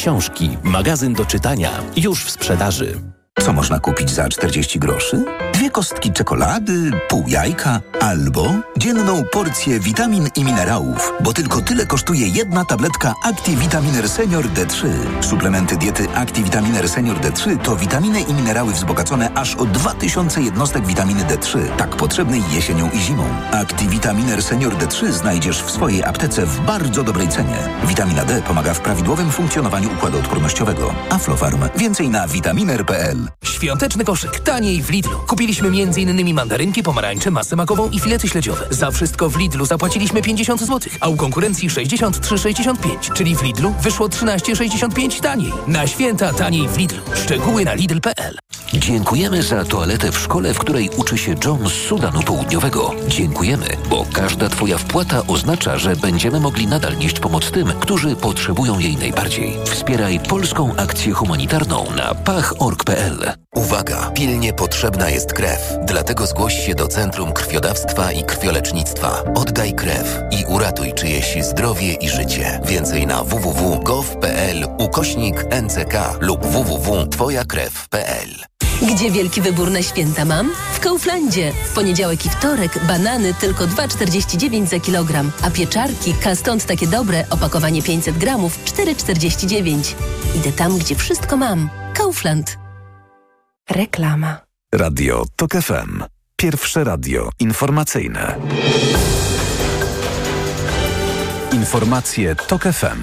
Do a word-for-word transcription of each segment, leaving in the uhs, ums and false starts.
książki, magazyn do czytania, już w sprzedaży. Co można kupić za czterdzieści groszy? Dwie kostki czekolady, pół jajka albo dzienną porcję witamin i minerałów, bo tylko tyle kosztuje jedna tabletka ActiVitaminer Senior D trzy. Suplementy diety ActiVitaminer Senior D trzy to witaminy i minerały wzbogacone aż o dwa tysiące jednostek witaminy D trzy, tak potrzebnej jesienią i zimą. ActiVitaminer Senior D trzy znajdziesz w swojej aptece w bardzo dobrej cenie. Witamina D pomaga w prawidłowym funkcjonowaniu układu odpornościowego. Aflofarm. Więcej na vitaminer kropka p l. Świąteczny koszyk taniej w Lidlu. Kupiliśmy między innymi mandarynki, pomarańcze, masę makową i filety śledziowe. Za wszystko w Lidlu zapłaciliśmy pięćdziesiąt złotych, a u konkurencji sześćdziesiąt trzy sześćdziesiąt pięć, czyli w Lidlu wyszło trzynaście sześćdziesiąt pięć taniej. Na święta taniej w Lidlu. Szczegóły na lidl kropka p l. Dziękujemy za toaletę w szkole, w której uczy się John z Sudanu Południowego. Dziękujemy, bo każda Twoja wpłata oznacza, że będziemy mogli nadal nieść pomoc tym, którzy potrzebują jej najbardziej. Wspieraj polską akcję humanitarną na pach kropka org kropka p l. Uwaga! Pilnie potrzebna jest krew. Dlatego zgłoś się do Centrum Krwiodawstwa i Krwiolecznictwa. Oddaj krew i uratuj czyjeś zdrowie i życie. Więcej na w w w kropka gov kropka p l ukośnik n c k lub w w w kropka twoja krew kropka p l. Gdzie wielki wybór na święta mam? W Kauflandzie. W poniedziałek i wtorek banany tylko dwa czterdzieści dziewięć za kilogram, a pieczarki K stąd takie dobre, opakowanie pięćset gramów, cztery czterdzieści dziewięć. Idę tam, gdzie wszystko mam. Kaufland. Reklama. Radio Tok F M. Pierwsze radio informacyjne. Informacje Tok F M.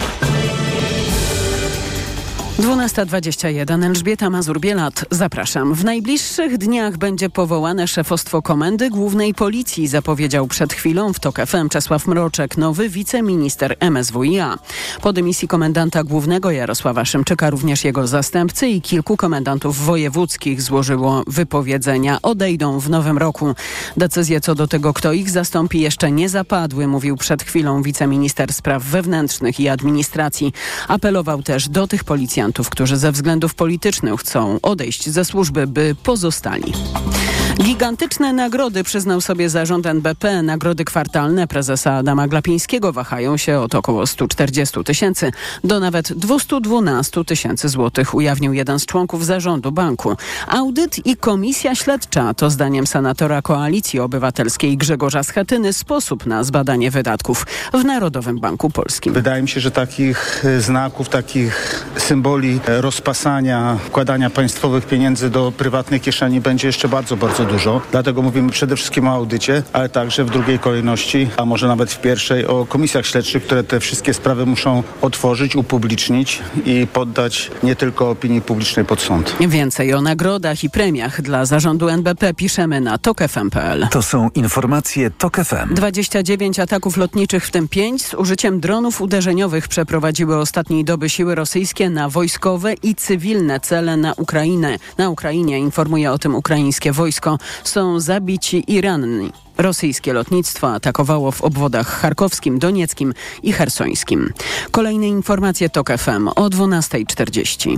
dwunasta dwadzieścia jeden. Elżbieta Mazur-Bielat. Zapraszam. W najbliższych dniach będzie powołane szefostwo Komendy Głównej Policji, zapowiedział przed chwilą w Tok F M Czesław Mroczek, nowy wiceminister M S W i A. Po dymisji komendanta głównego Jarosława Szymczyka również jego zastępcy i kilku komendantów wojewódzkich złożyło wypowiedzenia. Odejdą w nowym roku. Decyzje co do tego, kto ich zastąpi, jeszcze nie zapadły, mówił przed chwilą wiceminister spraw wewnętrznych i administracji. Apelował też do tych policjantów, którzy ze względów politycznych chcą odejść ze służby, by pozostali. Gigantyczne nagrody przyznał sobie zarząd N B P. Nagrody kwartalne prezesa Adama Glapińskiego wahają się od około sto czterdzieści tysięcy do nawet dwieście dwanaście tysięcy złotych, ujawnił jeden z członków zarządu banku. Audyt i komisja śledcza to zdaniem senatora Koalicji Obywatelskiej Grzegorza Schetyny sposób na zbadanie wydatków w Narodowym Banku Polskim. Wydaje mi się, że takich znaków, takich symboli rozpasania, wkładania państwowych pieniędzy do prywatnej kieszeni będzie jeszcze bardzo, bardzo dużo. Dlatego mówimy przede wszystkim o audycie, ale także w drugiej kolejności, a może nawet w pierwszej, o komisjach śledczych, które te wszystkie sprawy muszą otworzyć, upublicznić i poddać nie tylko opinii publicznej pod sąd. Więcej o nagrodach i premiach dla zarządu N B P piszemy na tok f m kropka p l. To są informacje Tok F M. dwadzieścia dziewięć ataków lotniczych, w tym pięć z użyciem dronów uderzeniowych przeprowadziły ostatniej doby siły rosyjskie na wojskowe i cywilne cele na Ukrainę. Na Ukrainie, informuje o tym ukraińskie wojsko, są zabici i ranni. Rosyjskie lotnictwo atakowało w obwodach charkowskim, donieckim i chersońskim. Kolejne informacje Tok F M o dwunasta czterdzieści.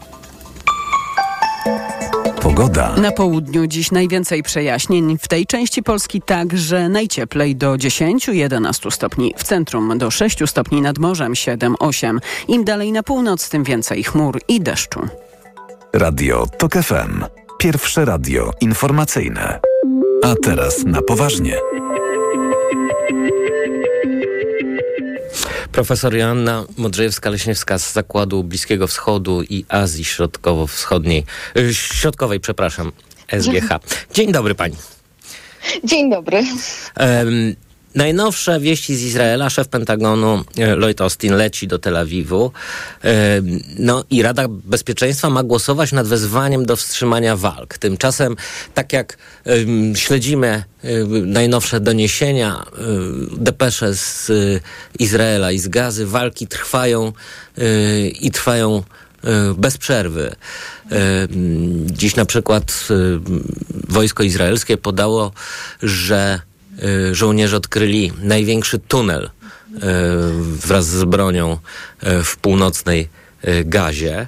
Pogoda. Na południu dziś najwięcej przejaśnień. W tej części Polski także najcieplej do dziesięć do jedenastu stopni. W centrum do sześciu stopni, nad morzem siedem osiem. Im dalej na północ, tym więcej chmur i deszczu. Radio Tok F M. Pierwsze radio informacyjne. A teraz na poważnie. Profesor Joanna Modrzejewska-Leśniewska z Zakładu Bliskiego Wschodu i Azji Środkowo-Wschodniej, Środkowej, przepraszam, S G H. Dzień dobry pani. Dzień dobry. Um, Najnowsze wieści z Izraela. Szef Pentagonu Lloyd Austin leci do Tel Awiwu. No i Rada Bezpieczeństwa ma głosować nad wezwaniem do wstrzymania walk. Tymczasem, tak jak um, śledzimy um, najnowsze doniesienia, um, depesze z um, Izraela i z Gazy, walki trwają um, i trwają um, bez przerwy. Um, dziś na przykład um, wojsko izraelskie podało, że żołnierze odkryli największy tunel wraz z bronią w północnej Gazie.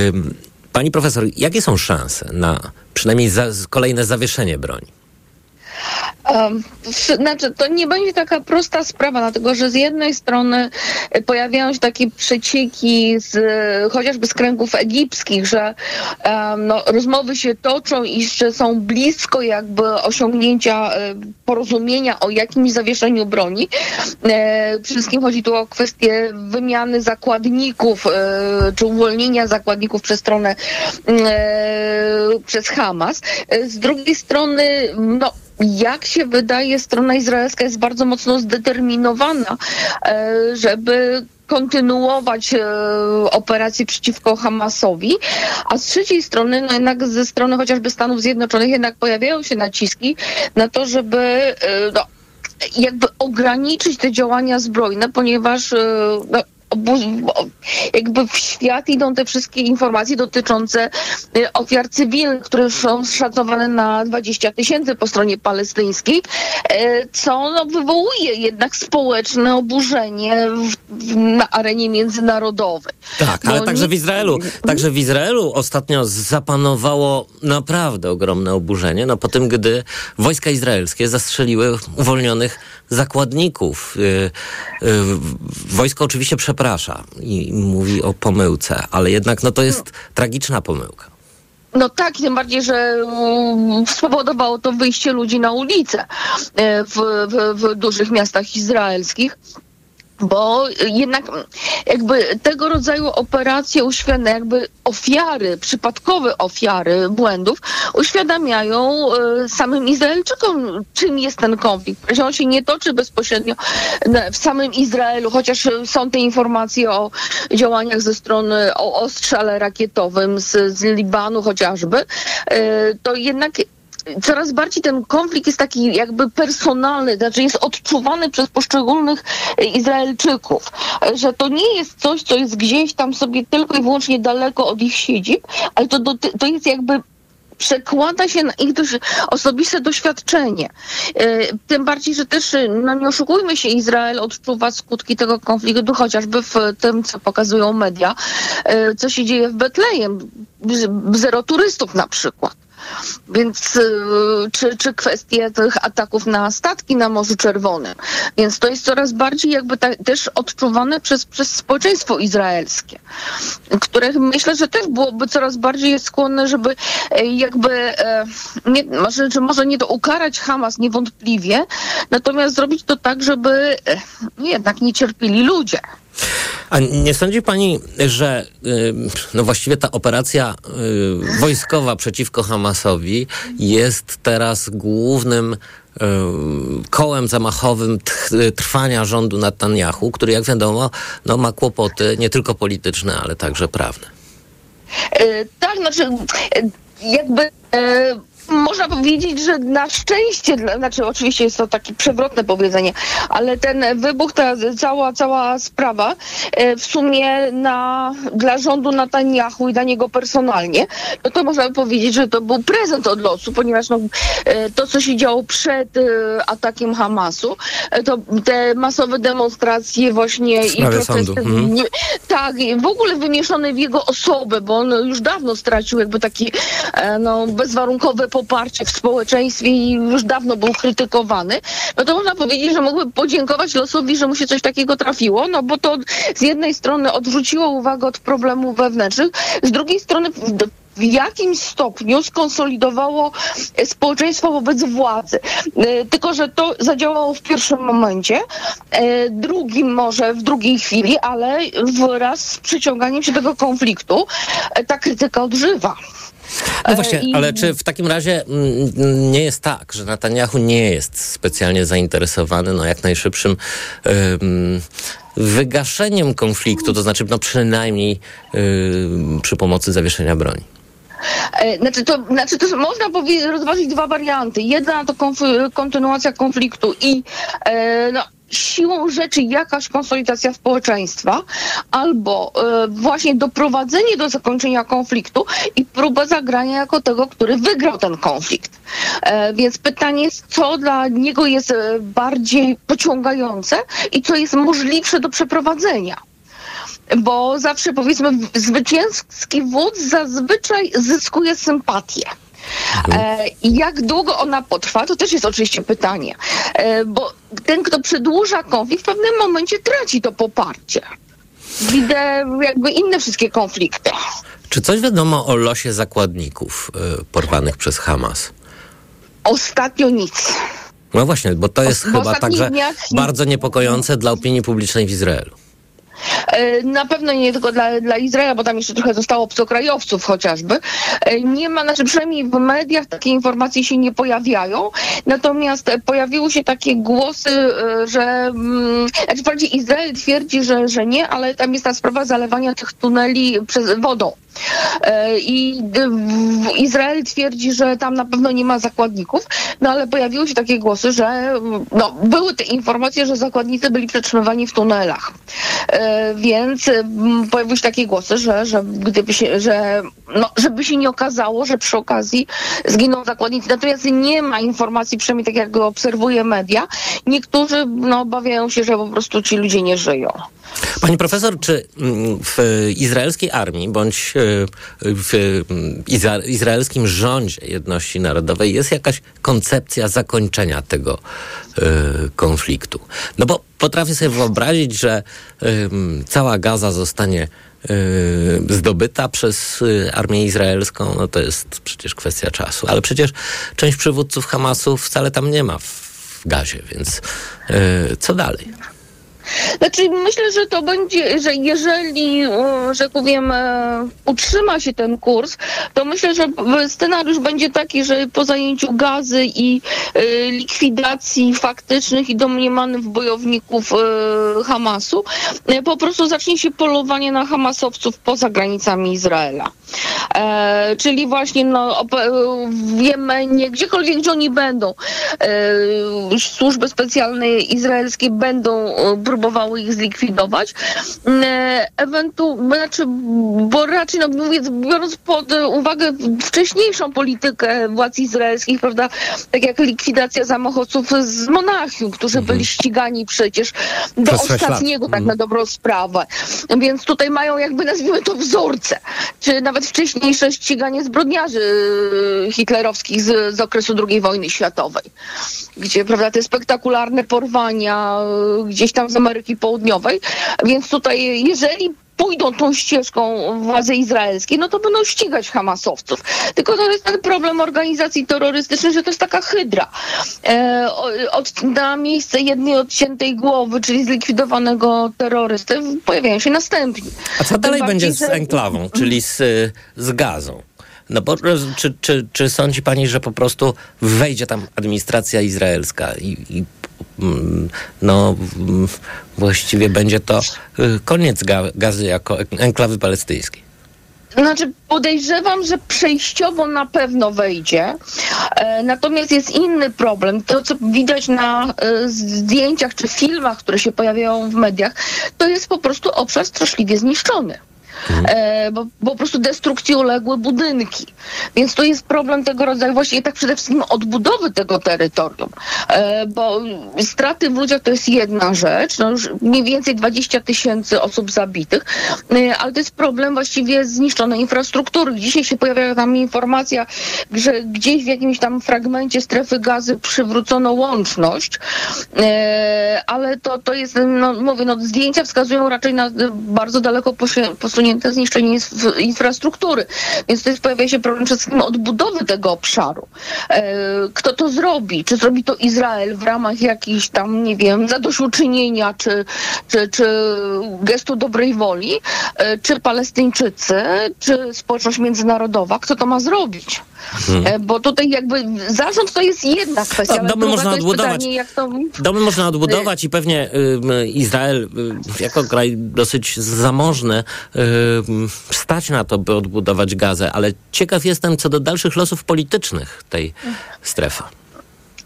Pani profesor, jakie są szanse na przynajmniej za, kolejne zawieszenie broni? Um, znaczy, to nie będzie taka prosta sprawa, dlatego że z jednej strony pojawiają się takie przecieki z, chociażby z kręgów egipskich, że um, no, rozmowy się toczą i że są blisko jakby osiągnięcia e, porozumienia o jakimś zawieszeniu broni. E, przede wszystkim chodzi tu o kwestię wymiany zakładników, e, czy uwolnienia zakładników przez stronę, e, przez Hamas. E, z drugiej strony, no, jak się wydaje, strona izraelska jest bardzo mocno zdeterminowana, żeby kontynuować e, operacje przeciwko Hamasowi, a z trzeciej strony, no jednak ze strony chociażby Stanów Zjednoczonych jednak pojawiają się naciski na to, żeby e, no, jakby ograniczyć te działania zbrojne, ponieważ e, no, jakby w świat idą te wszystkie informacje dotyczące ofiar cywilnych, które są szacowane na dwadzieścia tysięcy po stronie palestyńskiej, co no, wywołuje jednak społeczne oburzenie w, w, na arenie międzynarodowej. Tak, ale także w Izraelu, także w Izraelu ostatnio zapanowało naprawdę ogromne oburzenie, no po tym, gdy wojska izraelskie zastrzeliły uwolnionych zakładników. Yy, yy, wojsko oczywiście przeprasza i mówi o pomyłce, ale jednak no to jest no. tragiczna pomyłka. No tak, tym bardziej, że um, spowodowało to wyjście ludzi na ulicę w, w, w dużych miastach izraelskich. Bo jednak jakby tego rodzaju operacje uświadamiają, jakby ofiary, przypadkowe ofiary błędów uświadamiają y, samym Izraelczykom, czym jest ten konflikt. Że on się nie toczy bezpośrednio w samym Izraelu, chociaż są te informacje o działaniach ze strony, o ostrzale rakietowym z, z Libanu chociażby, y, to jednak coraz bardziej ten konflikt jest taki jakby personalny, znaczy jest odczuwany przez poszczególnych Izraelczyków, że to nie jest coś, co jest gdzieś tam sobie tylko i wyłącznie daleko od ich siedzib, ale to, to jest jakby przekłada się na ich dość osobiste doświadczenie. Tym bardziej, że też, no nie oszukujmy się, Izrael odczuwa skutki tego konfliktu chociażby w tym, co pokazują media, co się dzieje w Betlejem. Zero turystów na przykład. Więc czy, czy kwestie tych ataków na statki na Morzu Czerwonym. Więc to jest coraz bardziej jakby ta, też odczuwane przez, przez społeczeństwo izraelskie, które myślę, że też byłoby coraz bardziej skłonne, żeby jakby nie, może, że może nie to ukarać Hamas niewątpliwie, natomiast zrobić to tak, żeby jednak nie cierpieli ludzie. A nie sądzi pani, że no właściwie ta operacja wojskowa przeciwko Hamasowi jest teraz głównym kołem zamachowym trwania rządu Netanjahu, który, jak wiadomo, no, ma kłopoty nie tylko polityczne, ale także prawne? E, tak, znaczy jakby... E... Można powiedzieć, że na szczęście, znaczy oczywiście jest to takie przewrotne powiedzenie, ale ten wybuch, ta cała, cała sprawa w sumie na, dla rządu Netanjahu i dla niego personalnie, no to można powiedzieć, że to był prezent od losu, ponieważ no, to, co się działo przed atakiem Hamasu, to te masowe demonstracje właśnie i protesty, mhm. nie, tak, w ogóle wymieszane w jego osobę, bo on już dawno stracił jakby taki no, bezwarunkowe poparcie w społeczeństwie i już dawno był krytykowany, no to można powiedzieć, że mógłby podziękować losowi, że mu się coś takiego trafiło, no bo to z jednej strony odwróciło uwagę od problemów wewnętrznych, z drugiej strony w jakimś stopniu skonsolidowało społeczeństwo wobec władzy. E, tylko że to zadziałało w pierwszym momencie, e, drugim może w drugiej chwili, ale wraz z przyciąganiem się tego konfliktu e, ta krytyka odżywa. No właśnie, ale czy w takim razie m, nie jest tak, że Netanjahu nie jest specjalnie zainteresowany no, jak najszybszym ym, wygaszeniem konfliktu, to znaczy no, przynajmniej ym, przy pomocy zawieszenia broni? Znaczy to, znaczy to można powiedzieć, rozważyć dwa warianty. Jedna to konf- kontynuacja konfliktu i e, no, siłą rzeczy jakaś konsolidacja społeczeństwa, albo e, właśnie doprowadzenie do zakończenia konfliktu i próba zagrania jako tego, który wygrał ten konflikt. E, więc pytanie jest, co dla niego jest bardziej pociągające i co jest możliwsze do przeprowadzenia. Bo zawsze, powiedzmy, zwycięski wódz zazwyczaj zyskuje sympatię. E, I jak długo ona potrwa, to też jest oczywiście pytanie. E, bo ten, kto przedłuża konflikt, w pewnym momencie traci to poparcie. Widzę jakby inne wszystkie konflikty. Czy coś wiadomo o losie zakładników y, porwanych przez Hamas? Ostatnio nic. No właśnie, bo to jest w chyba także dniach... bardzo niepokojące dla opinii publicznej w Izraelu. Na pewno nie tylko dla, dla Izraela, bo tam jeszcze trochę zostało obcokrajowców chociażby. Nie ma, znaczy przynajmniej w mediach takie informacje się nie pojawiają, natomiast pojawiły się takie głosy, że znaczy wprawdzie Izrael twierdzi, że, że nie, ale tam jest ta sprawa zalewania tych tuneli przez wodą. I Izrael twierdzi, że tam na pewno nie ma zakładników, no ale pojawiły się takie głosy, że no, były te informacje, że zakładnicy byli przetrzymywani w tunelach. Więc pojawiły się takie głosy, że, że gdyby się, że no, żeby się nie okazało, że przy okazji zginą zakładnicy. Natomiast nie ma informacji, przynajmniej tak jak obserwuję media. Niektórzy no, obawiają się, że po prostu ci ludzie nie żyją. Pani profesor, czy w izraelskiej armii bądź w izraelskim rządzie jedności narodowej jest jakaś koncepcja zakończenia tego konfliktu? No bo potrafię sobie wyobrazić, że cała Gaza zostanie zdobyta przez armię izraelską, no to jest przecież kwestia czasu. Ale przecież część przywódców Hamasu wcale tam nie ma w Gazie, więc co dalej? Znaczy myślę, że to będzie, że jeżeli, że powiem, utrzyma się ten kurs, to myślę, że scenariusz będzie taki, że po zajęciu Gazy i likwidacji faktycznych i domniemanych bojowników Hamasu, po prostu zacznie się polowanie na hamasowców poza granicami Izraela. E, czyli właśnie no, w Jemenie, gdziekolwiek gdzie oni będą, e, służby specjalne izraelskie będą próbowały ich zlikwidować. E, ewentu- znaczy, bo raczej, no, mówię, biorąc pod uwagę wcześniejszą politykę władz izraelskich, prawda, tak jak likwidacja zamachowców z Monachium, którzy byli ścigani przecież do Przez ostatniego, tak na dobrą sprawę. Więc tutaj mają jakby, nazwijmy to, wzorce. Czy nawet wcześniejsze ściganie zbrodniarzy hitlerowskich z, z okresu drugiej wojny światowej, gdzie, prawda, te spektakularne porwania gdzieś tam z Ameryki Południowej. Więc tutaj, jeżeli pójdą tą ścieżką władze izraelskie, no to będą ścigać hamasowców. Tylko to jest ten problem organizacji terrorystycznych, że to jest taka hydra. E, od, na miejsce jednej odciętej głowy, czyli zlikwidowanego terrorysty, pojawiają się następni. A co dalej bardziej, będzie z że... enklawą, czyli z, z Gazą? No bo czy, czy, czy sądzi pani, że po prostu wejdzie tam administracja izraelska i, i no właściwie będzie to koniec Gazy jako enklawy palestyńskiej? Znaczy podejrzewam, że przejściowo na pewno wejdzie. E, natomiast jest inny problem. To, co widać na e, zdjęciach czy filmach, które się pojawiają w mediach, to jest po prostu obszar straszliwie zniszczony. E, bo, bo po prostu destrukcji uległy budynki. Więc to jest problem tego rodzaju, właściwie tak przede wszystkim odbudowy tego terytorium. E, bo straty w ludziach to jest jedna rzecz, no już mniej więcej dwadzieścia tysięcy osób zabitych, e, ale to jest problem właściwie zniszczonej infrastruktury. Dzisiaj się pojawia tam informacja, że gdzieś w jakimś tam fragmencie strefy Gazy przywrócono łączność, e, ale to, to jest, no mówię, no zdjęcia wskazują raczej na bardzo daleko posunięte zniszczenie infrastruktury. Więc to jest, pojawia się problem przede wszystkim odbudowy tego obszaru. E, kto to zrobi? Czy zrobi to Izrael w ramach jakichś tam, nie wiem, zadośćuczynienia, czy, czy, czy gestu dobrej woli, e, czy Palestyńczycy, czy społeczność międzynarodowa? Kto to ma zrobić? Hmm. E, bo tutaj jakby zarząd to jest jedna kwestia, no, ale domy można odbudować. Pytanie, jak to... Domy można odbudować i pewnie y, Izrael y, jako kraj dosyć zamożny y, stać na to, by odbudować Gazę, ale ciekaw jestem co do dalszych losów politycznych tej strefy.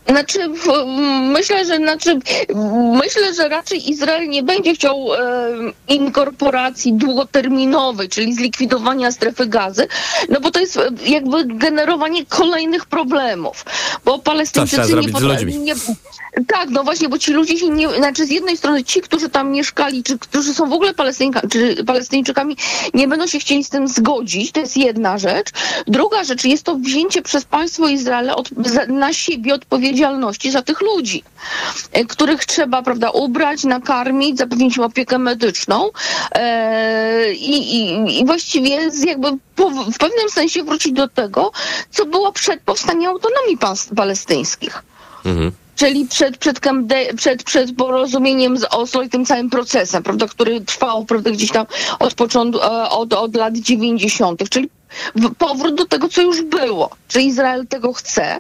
Znaczy, myślę, że znaczy, myślę, że raczej Izrael nie będzie chciał e, inkorporacji długoterminowej, czyli zlikwidowania strefy Gazy, no bo to jest jakby generowanie kolejnych problemów, bo Palestyńczycy nie, pot- nie tak, no właśnie, bo ci ludzie się nie, znaczy z jednej strony ci, którzy tam mieszkali, czy którzy są w ogóle Palestyńka, czy Palestyńczykami, nie będą się chcieli z tym zgodzić, to jest jedna rzecz. Druga rzecz, jest to wzięcie przez państwo Izraela od, za, na siebie odpowiedzialności za tych ludzi, których trzeba, prawda, ubrać, nakarmić, zapewnić im opiekę medyczną e, i, i, i właściwie jakby po, w pewnym sensie wrócić do tego, co było przed powstaniem autonomii państw palestyńskich. Mhm. Czyli przed, przed, przed, przed porozumieniem z Oslo i tym całym procesem, prawda, który trwał, prawda, gdzieś tam od początku, od, od lat dziewięćdziesiątych. Czyli powrót do tego, co już było. Czy Izrael tego chce?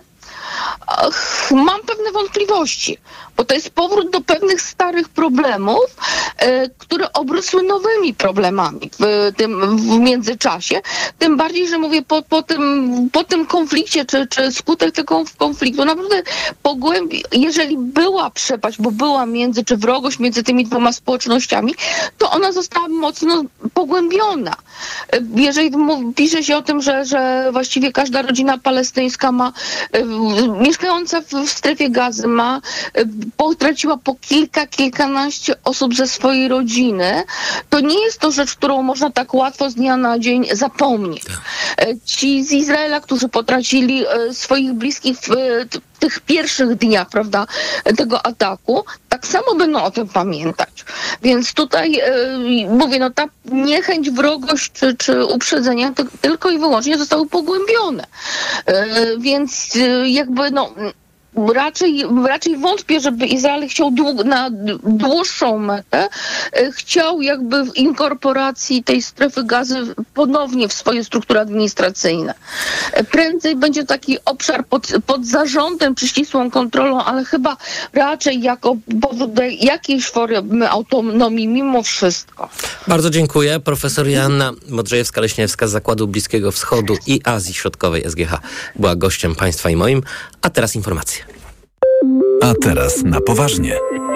Mam pewne wątpliwości, bo to jest powrót do pewnych starych problemów, e, które obrosły nowymi problemami w tym w międzyczasie. Tym bardziej, że mówię, po, po, tym, po tym konflikcie, czy, czy skutek tego konfliktu, naprawdę pogłębi, jeżeli była przepaść, bo była między, czy wrogość między tymi dwoma społecznościami, to ona została mocno pogłębiona. Jeżeli mów, pisze się o tym, że, że właściwie każda rodzina palestyńska ma mieszkająca w, w strefie Gazy ma, potraciła po kilka, kilkanaście osób ze swojej rodziny, to nie jest to rzecz, którą można tak łatwo z dnia na dzień zapomnieć. Ci z Izraela, którzy potracili swoich bliskich w, w tych pierwszych dniach, prawda, tego ataku, tak samo będą o tym pamiętać. Więc tutaj yy, mówię, no ta niechęć, wrogość czy, czy uprzedzenia to tylko i wyłącznie zostały pogłębione. Yy, więc yy, jakby no Raczej, raczej wątpię, żeby Izrael chciał dług, na dłuższą metę, chciał jakby w inkorporacji tej strefy Gazy ponownie w swoje struktury administracyjne. Prędzej będzie taki obszar pod, pod zarządem czy ścisłą kontrolą, ale chyba raczej jako powód do jakiejś formy autonomii mimo wszystko. Bardzo dziękuję. Profesor Joanna Modrzejewska-Leśniewska z Zakładu Bliskiego Wschodu i Azji Środkowej S G H była gościem państwa i moim, a teraz informacje. A teraz na poważnie.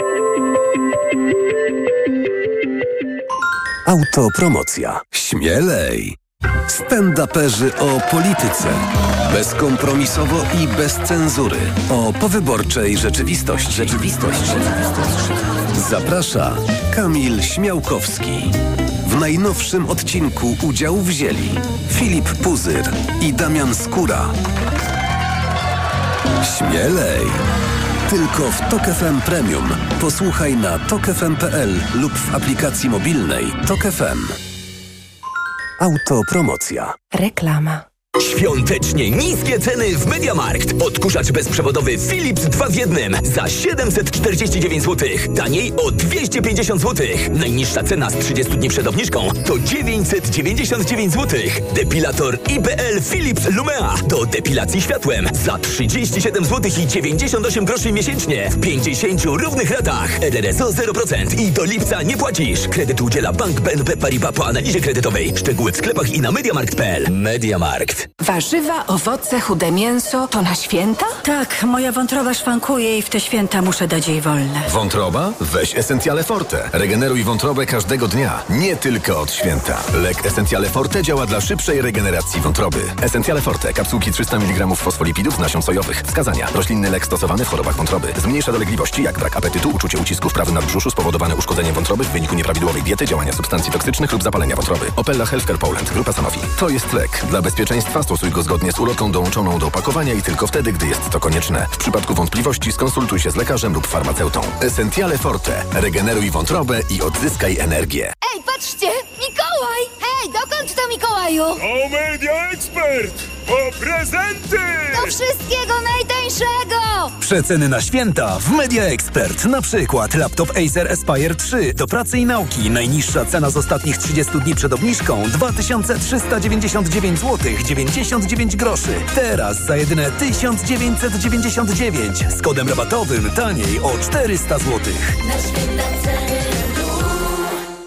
Autopromocja. Śmielej! Stand-uperzy o polityce. Bezkompromisowo i bez cenzury. O powyborczej rzeczywistości. Rzeczywistość. Zaprasza Kamil Śmiałkowski. W najnowszym odcinku udział wzięli Filip Puzyr i Damian Skóra. Śmielej! Tylko w Tok F M Premium. Posłuchaj na tok f m kropka p l lub w aplikacji mobilnej Tok F M. Autopromocja. Reklama. Świątecznie niskie ceny w MediaMarkt. Odkurzacz bezprzewodowy Philips dwa w jednym za siedemset czterdzieści dziewięć złotych. Taniej o dwieście pięćdziesiąt złotych. Najniższa cena z trzydziestu dni przed obniżką to dziewięćset dziewięćdziesiąt dziewięć złotych. Depilator I P L Philips Lumea do depilacji światłem za trzydzieści siedem złotych i dziewięćdziesiąt osiem groszy miesięcznie w pięćdziesięciu równych ratach. R R S O zero procent i do lipca nie płacisz. Kredyt udziela Bank B N P Paribas po analizie kredytowej. Szczegóły w sklepach i na mediamarkt kropka p l. MediaMarkt. Warzywa, owoce, chude mięso to na święta? Tak, moja wątroba szwankuje i w te święta muszę dać jej wolne. Wątroba? Weź Essentiale Forte. Regeneruj wątrobę każdego dnia, nie tylko od święta. Lek Essentiale Forte działa dla szybszej regeneracji wątroby. Essentiale Forte. Kapsułki trzysta miligramów fosfolipidów z nasion sojowych. Wskazania. Roślinny lek stosowany w chorobach wątroby. Zmniejsza dolegliwości jak brak apetytu, uczucie ucisku w prawym nadbrzuszu spowodowane uszkodzeniem wątroby w wyniku nieprawidłowej diety, działania substancji toksycznych lub zapalenia wątroby. Opella Healthcare Poland. Grupa Sanofi. To jest lek. Dla bezpieczeństwa stosuj go zgodnie z ulotką dołączoną do opakowania i tylko wtedy, gdy jest to konieczne. W przypadku wątpliwości skonsultuj się z lekarzem lub farmaceutą. Essentiale Forte. Regeneruj wątrobę i odzyskaj energię. Ej, patrzcie! Mikołaj! Hej, dokąd to, Mikołaju? O Media Expert! Po prezenty! Do wszystkiego najtańszego! Przeceny na święta w Media Expert. Na przykład laptop Acer Aspire trzy do pracy i nauki. Najniższa cena z ostatnich trzydziestu dni przed obniżką dwa tysiące trzysta dziewięćdziesiąt dziewięć złotych dziewięćdziesiąt dziewięć groszy. Teraz za jedyne tysiąc dziewięćset dziewięćdziesiąt dziewięć z kodem rabatowym taniej o czterysta złotych. Na święta ceny.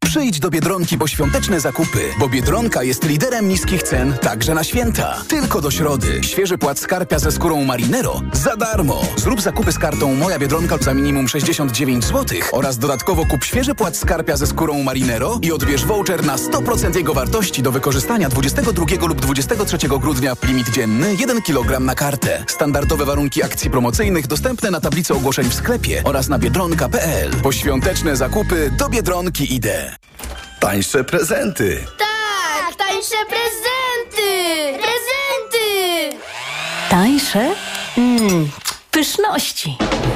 Przyjdź do Biedronki po świąteczne zakupy, bo Biedronka jest liderem niskich cen także na święta. Tylko do środy. Świeży płat skarpia ze skórą Marinero za darmo. Zrób zakupy z kartą Moja Biedronka za minimum sześćdziesiąt dziewięć złotych oraz dodatkowo kup świeży płat skarpia ze skórą Marinero i odbierz voucher na sto procent jego wartości do wykorzystania dwudziestego drugiego lub dwudziestego trzeciego grudnia. Limit dzienny jeden kilogram na kartę. Standardowe warunki akcji promocyjnych dostępne na tablicy ogłoszeń w sklepie oraz na biedronka kropka p l. Po świąteczne zakupy do Biedronki idę. Tańsze prezenty. Tak, tańsze prezenty! Prezenty! Tańsze? Mmm, pyszności.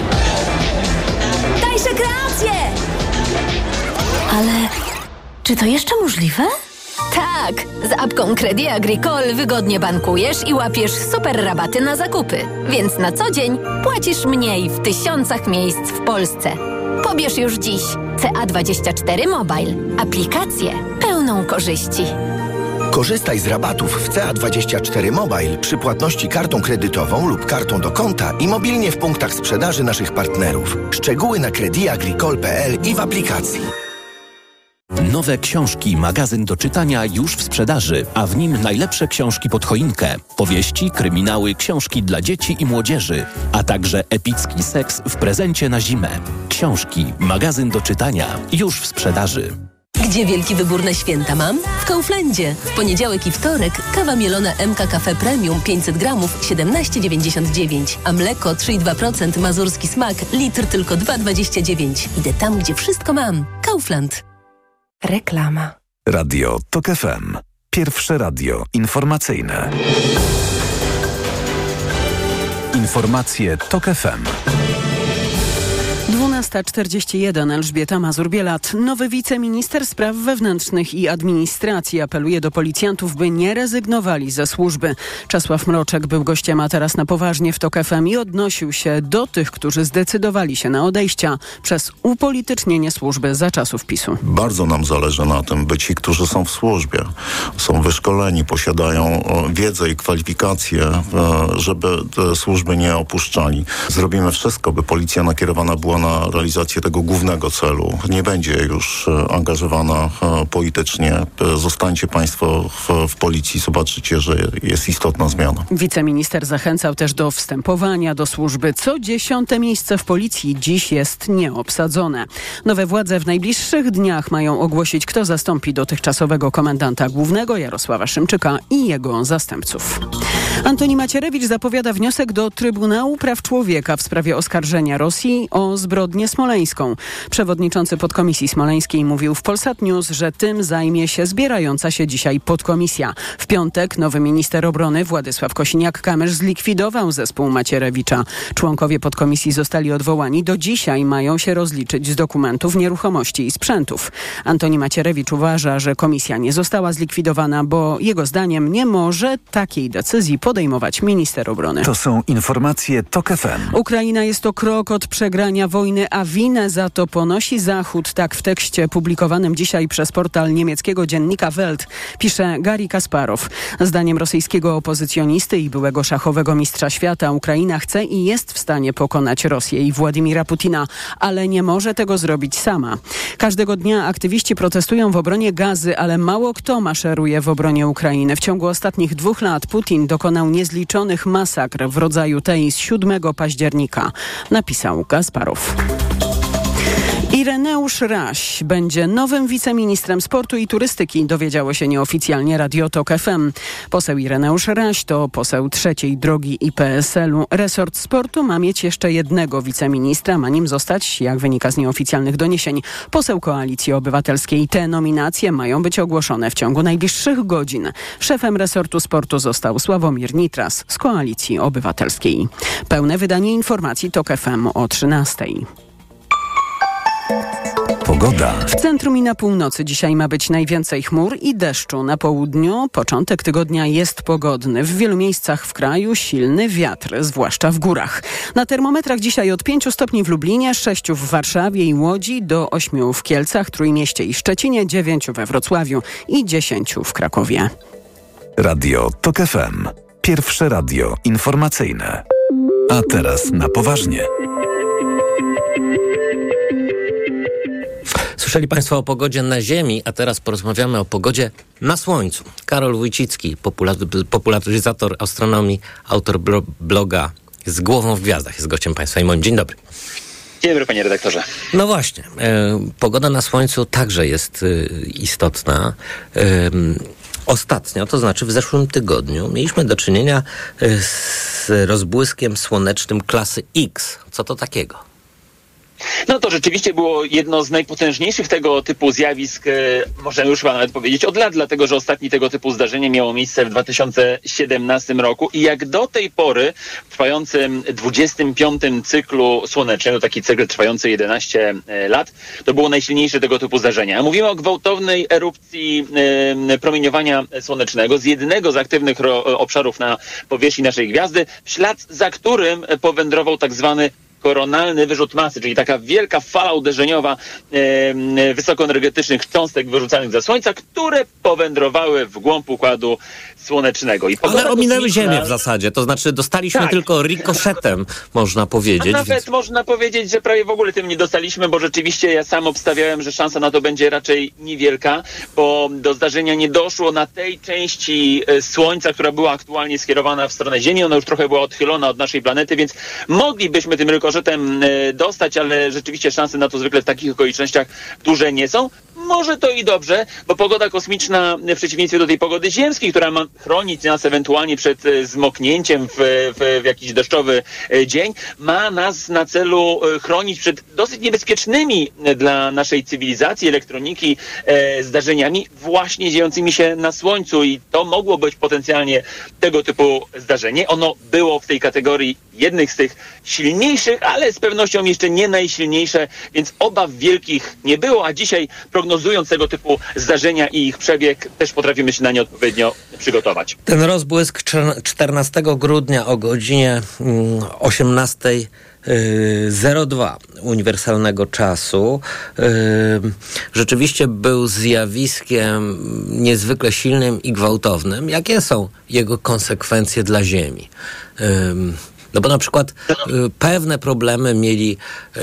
Tańsze kreacje! Ale czy to jeszcze możliwe? Tak! Z apką Crédit Agricole wygodnie bankujesz i łapiesz super rabaty na zakupy. Więc na co dzień płacisz mniej w tysiącach miejsc w Polsce. Pobierz już dziś C A dwadzieścia cztery Mobile. Aplikację pełną korzyści. Korzystaj z rabatów w C A dwadzieścia cztery Mobile przy płatności kartą kredytową lub kartą do konta i mobilnie w punktach sprzedaży naszych partnerów. Szczegóły na crédit agricole kropka p l i w aplikacji. Nowe książki, magazyn do czytania już w sprzedaży, a w nim najlepsze książki pod choinkę. Powieści, kryminały, książki dla dzieci i młodzieży, a także epicki seks w prezencie na zimę. Książki, magazyn do czytania już w sprzedaży. Gdzie wielki wybór na święta mam? W Kauflandzie. W poniedziałek i wtorek kawa mielona M K Cafe Premium pięćset gramów siedemnaście dziewięćdziesiąt dziewięć, a mleko trzy i dwa procent mazurski smak litr tylko dwa dwadzieścia dziewięć. Idę tam, gdzie wszystko mam. Kaufland. Reklama. Radio TOK F M. Pierwsze radio informacyjne. Informacje TOK F M. dwunasta czterdzieści jeden. Elżbieta Mazur-Bielat. Nowy wiceminister spraw wewnętrznych i administracji apeluje do policjantów, by nie rezygnowali ze służby. Czesław Mroczek był gościem, a teraz na poważnie w TOK F M i odnosił się do tych, którzy zdecydowali się na odejścia przez upolitycznienie służby za czasów PiSu. Bardzo nam zależy na tym, by ci, którzy są w służbie, są wyszkoleni, posiadają wiedzę i kwalifikacje, żeby te służby nie opuszczali. Zrobimy wszystko, by policja nakierowana była na realizację tego głównego celu. Nie będzie już angażowana politycznie. Zostańcie państwo w, w policji, zobaczycie, że jest istotna zmiana. Wiceminister zachęcał też do wstępowania do służby. Co dziesiąte miejsce w policji dziś jest nieobsadzone. Nowe władze w najbliższych dniach mają ogłosić, kto zastąpi dotychczasowego komendanta głównego Jarosława Szymczyka i jego zastępców. Antoni Macierewicz zapowiada wniosek do Trybunału Praw Człowieka w sprawie oskarżenia Rosji o zbrodnię smoleńską. Przewodniczący podkomisji smoleńskiej mówił w Polsat News, że tym zajmie się zbierająca się dzisiaj podkomisja. W piątek nowy minister obrony Władysław Kosiniak-Kamysz zlikwidował zespół Macierewicza. Członkowie podkomisji zostali odwołani. Do dzisiaj mają się rozliczyć z dokumentów, nieruchomości i sprzętów. Antoni Macierewicz uważa, że komisja nie została zlikwidowana, bo jego zdaniem nie może takiej decyzji podejmować minister obrony. To są informacje TOK F M. Ukraina jest o krok od przegrania wojny, a winę za to ponosi Zachód. Tak w tekście publikowanym dzisiaj przez portal niemieckiego dziennika Welt pisze Garry Kasparow. Zdaniem rosyjskiego opozycjonisty i byłego szachowego mistrza świata Ukraina chce i jest w stanie pokonać Rosję i Władimira Putina, ale nie może tego zrobić sama. Każdego dnia aktywiści protestują w obronie Gazy, ale mało kto maszeruje w obronie Ukrainy. W ciągu ostatnich dwóch lat Putin dokonał niezliczonych masakr w rodzaju tej z siódmego października, napisał Kasparow. Ireneusz Raś będzie nowym wiceministrem sportu i turystyki, dowiedziało się nieoficjalnie Radio TOK F M. Poseł Ireneusz Raś to poseł trzeciej drogi i P S L u. Resort sportu ma mieć jeszcze jednego wiceministra, ma nim zostać, jak wynika z nieoficjalnych doniesień, poseł Koalicji Obywatelskiej. Te nominacje mają być ogłoszone w ciągu najbliższych godzin. Szefem resortu sportu został Sławomir Nitras z Koalicji Obywatelskiej. Pełne wydanie informacji TOK F M o trzynastej. Pogoda. W centrum i na północy dzisiaj ma być najwięcej chmur i deszczu. Na południu początek tygodnia jest pogodny. W wielu miejscach w kraju silny wiatr, zwłaszcza w górach. Na termometrach dzisiaj od pięciu stopni w Lublinie, sześciu w Warszawie i Łodzi, do ośmiu w Kielcach, Trójmieście i Szczecinie, dziewięciu we Wrocławiu i dziesięciu w Krakowie. Radio TOK F M. Pierwsze radio informacyjne. A teraz na poważnie. Słyszeli Państwo o pogodzie na Ziemi, a teraz porozmawiamy o pogodzie na Słońcu. Karol Wójcicki, popula- popularyzator astronomii, autor blo- bloga Z głową w gwiazdach, jest gościem Państwa i moim. Dzień dobry. Dzień dobry, panie redaktorze. No właśnie, e, pogoda na Słońcu także jest e, istotna. E, Ostatnio, to znaczy w zeszłym tygodniu, mieliśmy do czynienia z rozbłyskiem słonecznym klasy X. Co to takiego? No to rzeczywiście było jedno z najpotężniejszych tego typu zjawisk, e, możemy już chyba nawet powiedzieć, od lat, dlatego że ostatni tego typu zdarzenie miało miejsce w dwa tysiące siedemnastym roku i jak do tej pory w trwającym dwudziestym piątym cyklu słonecznym, to taki cykl trwający jedenaście lat, to było najsilniejsze tego typu zdarzenie. A mówimy o gwałtownej erupcji e, promieniowania słonecznego z jednego z aktywnych ro, obszarów na powierzchni naszej gwiazdy, w ślad za którym powędrował tak zwany koronalny wyrzut masy, czyli taka wielka fala uderzeniowa e, wysokoenergetycznych cząstek wyrzucanych ze Słońca, które powędrowały w głąb Układu Słonecznego. I ale ominęły kosmiczna... Ziemię w zasadzie, to znaczy dostaliśmy tak. tylko rikoszetem, można powiedzieć. A nawet więc... można powiedzieć, że prawie w ogóle tym nie dostaliśmy, bo rzeczywiście ja sam obstawiałem, że szansa na to będzie raczej niewielka, bo do zdarzenia nie doszło na tej części Słońca, która była aktualnie skierowana w stronę Ziemi. Ona już trochę była odchylona od naszej planety, więc moglibyśmy tym rykoszetem dostać, ale rzeczywiście szanse na to zwykle w takich okolicznościach duże nie są. Może to i dobrze, bo pogoda kosmiczna w przeciwieństwie do tej pogody ziemskiej, która ma chronić nas ewentualnie przed zmoknięciem w, w, w jakiś deszczowy dzień, ma nas na celu chronić przed dosyć niebezpiecznymi dla naszej cywilizacji, elektroniki e, zdarzeniami właśnie dziejącymi się na Słońcu i to mogło być potencjalnie tego typu zdarzenie. Ono było w tej kategorii jednych z tych silniejszych, ale z pewnością jeszcze nie najsilniejsze, więc obaw wielkich nie było, a dzisiaj prognozując tego typu zdarzenia i ich przebieg, też potrafimy się na nie odpowiednio przygotować. Ten rozbłysk czternastego grudnia o godzinie osiemnasta zero dwa uniwersalnego czasu rzeczywiście był zjawiskiem niezwykle silnym i gwałtownym. Jakie są jego konsekwencje dla Ziemi? No bo na przykład y, pewne problemy mieli y,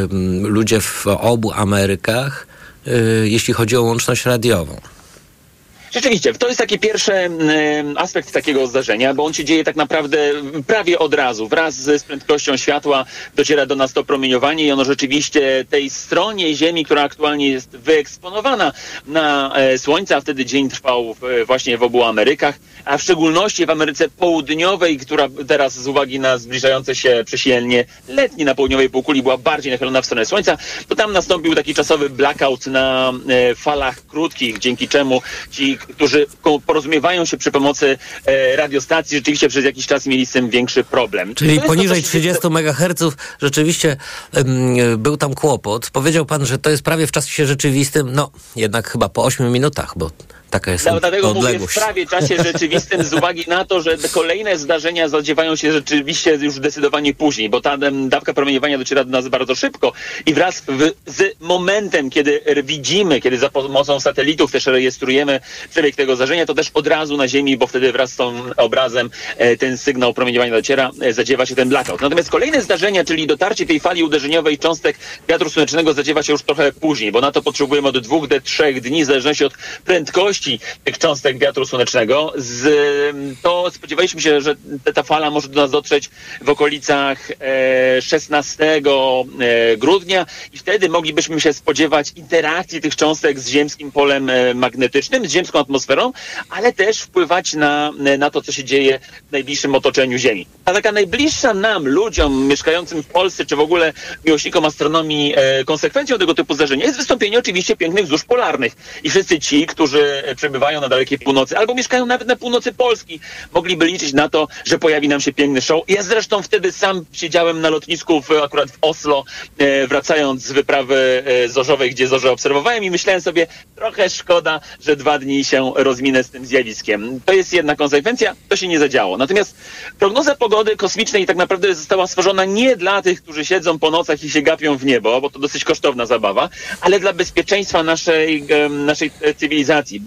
ludzie w obu Amerykach, y, jeśli chodzi o łączność radiową. Rzeczywiście, to jest taki pierwszy y, aspekt takiego zdarzenia, bo on się dzieje tak naprawdę prawie od razu. Wraz z prędkością światła dociera do nas to promieniowanie i ono rzeczywiście tej stronie Ziemi, która aktualnie jest wyeksponowana na e, Słońce, a wtedy dzień trwał w, właśnie w obu Amerykach, a w szczególności w Ameryce Południowej, która teraz z uwagi na zbliżające się przesilnie letnie na południowej półkuli była bardziej nachylona w stronę Słońca, to tam nastąpił taki czasowy blackout na e, falach krótkich, dzięki czemu ci, którzy porozumiewają się przy pomocy e, radiostacji, rzeczywiście przez jakiś czas mieli z tym większy problem. Czyli poniżej to, trzydzieści megaherców rzeczywiście um, był tam kłopot. Powiedział pan, że to jest prawie w czasie rzeczywistym, no jednak chyba po ośmiu minutach, bo taka jest no, dlatego odległość. Mówię w prawie czasie rzeczywistym z uwagi na to, że kolejne zdarzenia zadziewają się rzeczywiście już zdecydowanie później, bo ta dawka promieniowania dociera do nas bardzo szybko i wraz w, z momentem, kiedy widzimy, kiedy za pomocą satelitów też rejestrujemy przebieg tego zdarzenia, to też od razu na Ziemi, bo wtedy wraz z tym obrazem e, ten sygnał promieniowania dociera, e, zadziewa się ten blackout. Natomiast kolejne zdarzenia, czyli dotarcie tej fali uderzeniowej cząstek wiatru słonecznego zadziewa się już trochę później, bo na to potrzebujemy od dwóch do trzech dni, w zależności od prędkości tych cząstek wiatru słonecznego. Z, to spodziewaliśmy się, że ta fala może do nas dotrzeć w okolicach e, szesnastego grudnia i wtedy moglibyśmy się spodziewać interakcji tych cząstek z ziemskim polem e, magnetycznym, z ziemską atmosferą, ale też wpływać na, na to, co się dzieje w najbliższym otoczeniu Ziemi. A taka najbliższa nam, ludziom mieszkającym w Polsce, czy w ogóle miłośnikom astronomii e, konsekwencją tego typu zdarzenia jest wystąpienie oczywiście pięknych zórz polarnych. I wszyscy ci, którzy przebywają na dalekiej północy albo mieszkają nawet na północy Polski, mogliby liczyć na to, że pojawi nam się piękny show. Ja zresztą wtedy sam siedziałem na lotnisku w, akurat w Oslo, e, wracając z wyprawy e, zorzowej, gdzie zorze obserwowałem i myślałem sobie, trochę szkoda, że dwa dni się rozminę z tym zjawiskiem. To jest jedna konsekwencja, to się nie zadziało. Natomiast prognoza pogody kosmicznej tak naprawdę została stworzona nie dla tych, którzy siedzą po nocach i się gapią w niebo, bo to dosyć kosztowna zabawa, ale dla bezpieczeństwa naszej, e, naszej cywilizacji, bo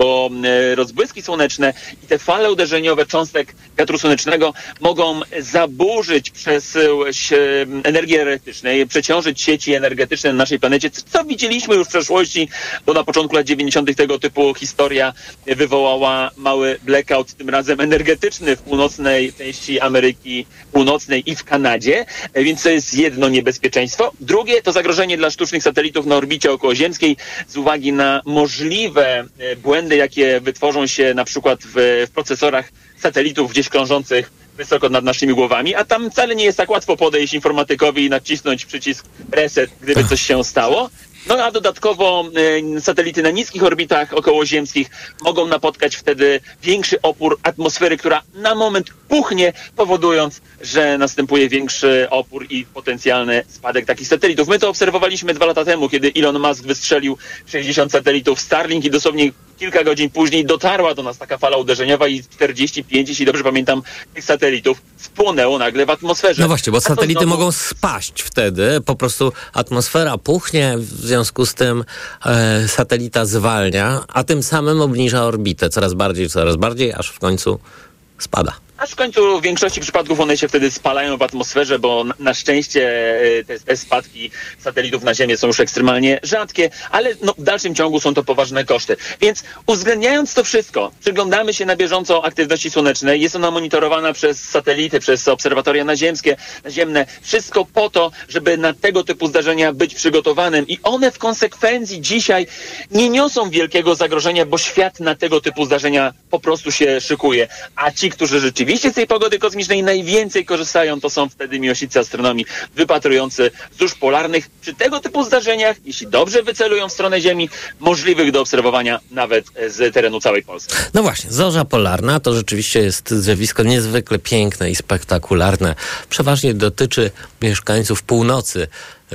bo e, rozbłyski słoneczne i te fale uderzeniowe cząstek wiatru słonecznego mogą zaburzyć przesył energii energetycznej, przeciążyć sieci energetyczne na naszej planecie, co widzieliśmy już w przeszłości, bo na początku lat dziewięćdziesiątych tego typu historia wywołała mały blackout, tym razem energetyczny w północnej części Ameryki Północnej i w Kanadzie, więc to jest jedno niebezpieczeństwo. Drugie to zagrożenie dla sztucznych satelitów na orbicie okołoziemskiej z uwagi na możliwe błędy, jakie wytworzą się na przykład w, w procesorach satelitów gdzieś krążących wysoko nad naszymi głowami, a tam wcale nie jest tak łatwo podejść informatykowi i nacisnąć przycisk reset, gdyby coś się stało. No a dodatkowo y, satelity na niskich orbitach okołoziemskich mogą napotkać wtedy większy opór atmosfery, która na moment puchnie, powodując, że następuje większy opór i potencjalny spadek takich satelitów. My to obserwowaliśmy dwa lata temu, kiedy Elon Musk wystrzelił sześćdziesiąt satelitów Starlink i dosłownie kilka godzin później dotarła do nas taka fala uderzeniowa i czterdzieści pięć, jeśli dobrze pamiętam, tych satelitów spłonęło nagle w atmosferze. No właśnie, bo satelity znowu... mogą spaść wtedy, po prostu atmosfera puchnie, w związku z tym e, satelita zwalnia, a tym samym obniża orbitę coraz bardziej, coraz bardziej, aż w końcu spada. Aż w końcu w większości przypadków one się wtedy spalają w atmosferze, bo na, na szczęście te, te spadki satelitów na Ziemię są już ekstremalnie rzadkie, ale no, w dalszym ciągu są to poważne koszty. Więc uwzględniając to wszystko, przyglądamy się na bieżąco aktywności słonecznej. Jest ona monitorowana przez satelity, przez obserwatoria naziemskie, naziemne. Wszystko po to, żeby na tego typu zdarzenia być przygotowanym. I one w konsekwencji dzisiaj nie niosą wielkiego zagrożenia, bo świat na tego typu zdarzenia po prostu się szykuje. A ci, którzy rzeczywiście z tej pogody kosmicznej najwięcej korzystają, to są wtedy miłośnicy astronomii wypatrujący zórz polarnych przy tego typu zdarzeniach, jeśli dobrze wycelują w stronę Ziemi, możliwych do obserwowania nawet z terenu całej Polski. No właśnie, zorza polarna to rzeczywiście jest zjawisko niezwykle piękne i spektakularne. Przeważnie dotyczy mieszkańców północy yy,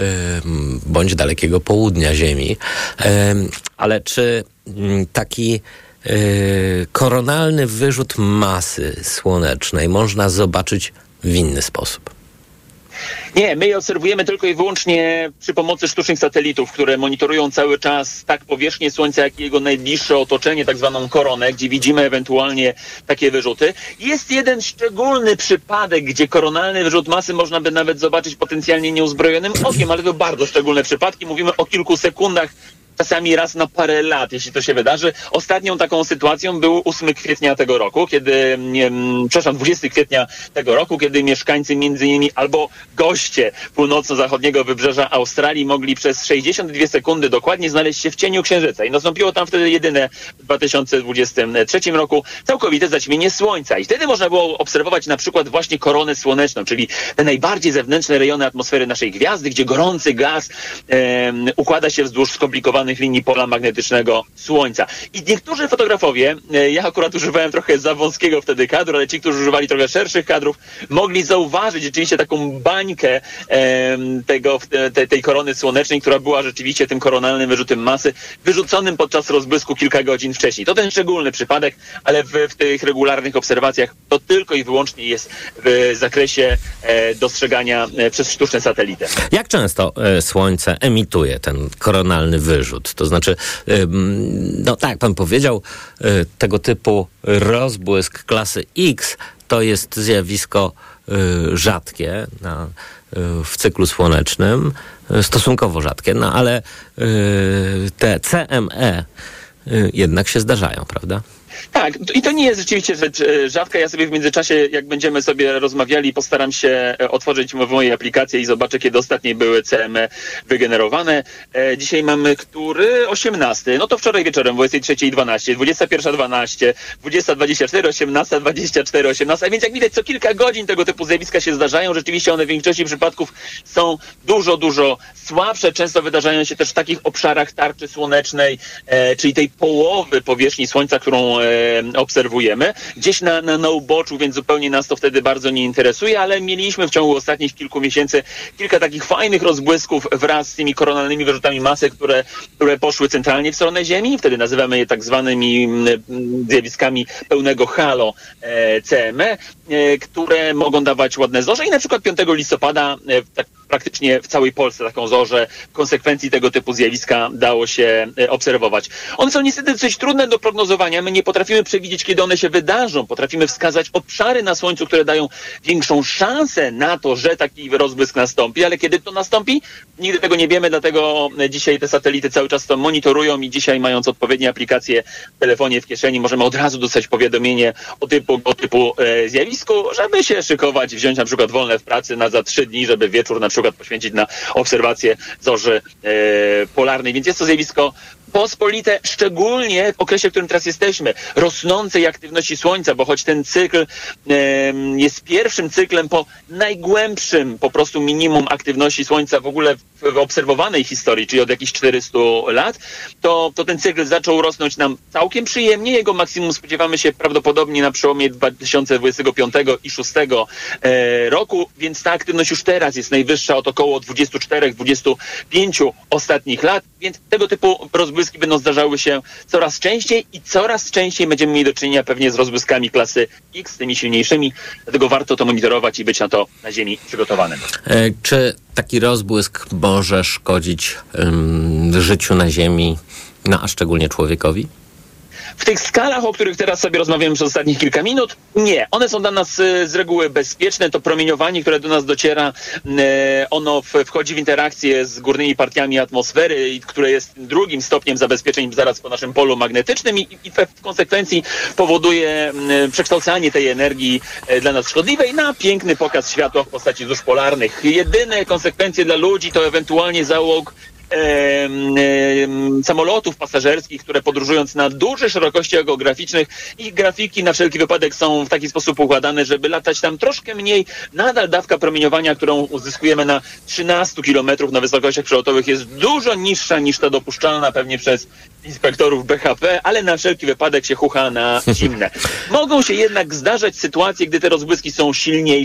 bądź dalekiego południa Ziemi. Yy, ale czy yy, taki Yy, koronalny wyrzut masy słonecznej można zobaczyć w inny sposób? Nie, my je obserwujemy tylko i wyłącznie przy pomocy sztucznych satelitów, które monitorują cały czas tak powierzchnię Słońca, jak i jego najbliższe otoczenie, tak zwaną koronę, gdzie widzimy ewentualnie takie wyrzuty. Jest jeden szczególny przypadek, gdzie koronalny wyrzut masy można by nawet zobaczyć potencjalnie nieuzbrojonym okiem, ale to bardzo szczególne przypadki. Mówimy o kilku sekundach, czasami raz na parę lat, jeśli to się wydarzy. Ostatnią taką sytuacją był ósmego kwietnia tego roku, kiedy, nie, przepraszam, dwudziestego kwietnia tego roku, kiedy mieszkańcy między innymi albo goście północno-zachodniego wybrzeża Australii mogli przez sześćdziesiąt dwie sekundy dokładnie znaleźć się w cieniu Księżyca. I nastąpiło tam wtedy jedyne w dwa tysiące dwudziestym trzecim roku całkowite zaćmienie Słońca. I wtedy można było obserwować na przykład właśnie koronę słoneczną, czyli te najbardziej zewnętrzne rejony atmosfery naszej gwiazdy, gdzie gorący gaz e, układa się wzdłuż skomplikowanych linii pola magnetycznego Słońca. I niektórzy fotografowie, ja akurat używałem trochę za wąskiego wtedy kadru, ale ci, którzy używali trochę szerszych kadrów, mogli zauważyć rzeczywiście taką bańkę e, tego, te, tej korony słonecznej, która była rzeczywiście tym koronalnym wyrzutem masy, wyrzuconym podczas rozbłysku kilka godzin wcześniej. To ten szczególny przypadek, ale w, w tych regularnych obserwacjach to tylko i wyłącznie jest w zakresie e, dostrzegania e, przez sztuczne satelity. Jak często e, Słońce emituje ten koronalny wyrzut? To znaczy, no tak, pan powiedział, tego typu rozbłysk klasy X to jest zjawisko rzadkie na, w cyklu słonecznym, stosunkowo rzadkie, no ale te C M E jednak się zdarzają, prawda? Tak, i to nie jest rzeczywiście rzecz rzadka. Ja sobie w międzyczasie, jak będziemy sobie rozmawiali, postaram się otworzyć w mojej aplikacji i zobaczę, kiedy ostatnie były C M E wygenerowane. E, dzisiaj mamy który? osiemnasty. No to wczoraj wieczorem, dwudziestej trzeciej dwanaście, dwudziestej pierwszej dwanaście, dwudziestej dwadzieścia cztery, osiemnastej dwadzieścia cztery, osiemnastej. A więc jak widać, co kilka godzin tego typu zjawiska się zdarzają. Rzeczywiście one w większości przypadków są dużo, dużo słabsze. Często wydarzają się też w takich obszarach tarczy słonecznej, e, czyli tej połowy powierzchni Słońca, którą e, obserwujemy. Gdzieś na, na, na uboczu, więc zupełnie nas to wtedy bardzo nie interesuje, ale mieliśmy w ciągu ostatnich kilku miesięcy kilka takich fajnych rozbłysków wraz z tymi koronalnymi wyrzutami masy, które, które poszły centralnie w stronę Ziemi. Wtedy nazywamy je tak zwanymi zjawiskami pełnego halo e, C M E, e, które mogą dawać ładne zorze i na przykład piątego listopada e, tak praktycznie w całej Polsce taką zorzę konsekwencji tego typu zjawiska dało się obserwować. One są niestety dosyć trudne do prognozowania. My nie potrafimy przewidzieć, kiedy one się wydarzą. Potrafimy wskazać obszary na Słońcu, które dają większą szansę na to, że taki rozbłysk nastąpi, ale kiedy to nastąpi, nigdy tego nie wiemy, dlatego dzisiaj te satelity cały czas to monitorują i dzisiaj, mając odpowiednie aplikacje w telefonie, w kieszeni, możemy od razu dostać powiadomienie o typu, o typu e, zjawisku, żeby się szykować, wziąć na przykład wolne w pracy na za trzy dni, żeby wieczór na przykład poświęcić na obserwację zorzy e, polarnej. Więc jest to zjawisko pospolite, szczególnie w okresie, w którym teraz jesteśmy, rosnącej aktywności Słońca, bo choć ten cykl e, jest pierwszym cyklem po najgłębszym po prostu minimum aktywności Słońca w ogóle w, w obserwowanej historii, czyli od jakichś czterystu lat, to, to ten cykl zaczął rosnąć nam całkiem przyjemnie. Jego maksimum spodziewamy się prawdopodobnie na przełomie dwa tysiące dwudziestego piątego i dwa tysiące szóstego e, roku, więc ta aktywność już teraz jest najwyższa od około dwudziestu czterech do dwudziestu pięciu ostatnich lat, więc tego typu rozbłyski będą zdarzały się coraz częściej i coraz częściej będziemy mieli do czynienia pewnie z rozbłyskami klasy X, tymi silniejszymi, dlatego warto to monitorować i być na to na Ziemi przygotowanym. E, czy taki rozbłysk może szkodzić ym, życiu na Ziemi, no a szczególnie człowiekowi? W tych skalach, o których teraz sobie rozmawiamy przez ostatnich kilka minut, nie. One są dla nas z reguły bezpieczne. To promieniowanie, które do nas dociera, ono wchodzi w interakcję z górnymi partiami atmosfery, które jest drugim stopniem zabezpieczeń zaraz po naszym polu magnetycznym i, i w konsekwencji powoduje przekształcanie tej energii dla nas szkodliwej na piękny pokaz światła w postaci zórz polarnych. Jedyne konsekwencje dla ludzi to ewentualnie załóg E, e, samolotów pasażerskich, które podróżując na dużych szerokościach geograficznych, ich grafiki na wszelki wypadek są w taki sposób układane, żeby latać tam troszkę mniej. Nadal dawka promieniowania, którą uzyskujemy na trzynastu kilometrów na wysokościach przelotowych, jest dużo niższa niż ta dopuszczalna pewnie przez inspektorów B H P, ale na wszelki wypadek się chucha na zimne. Mogą się jednak zdarzać sytuacje, gdy te rozbłyski są silniej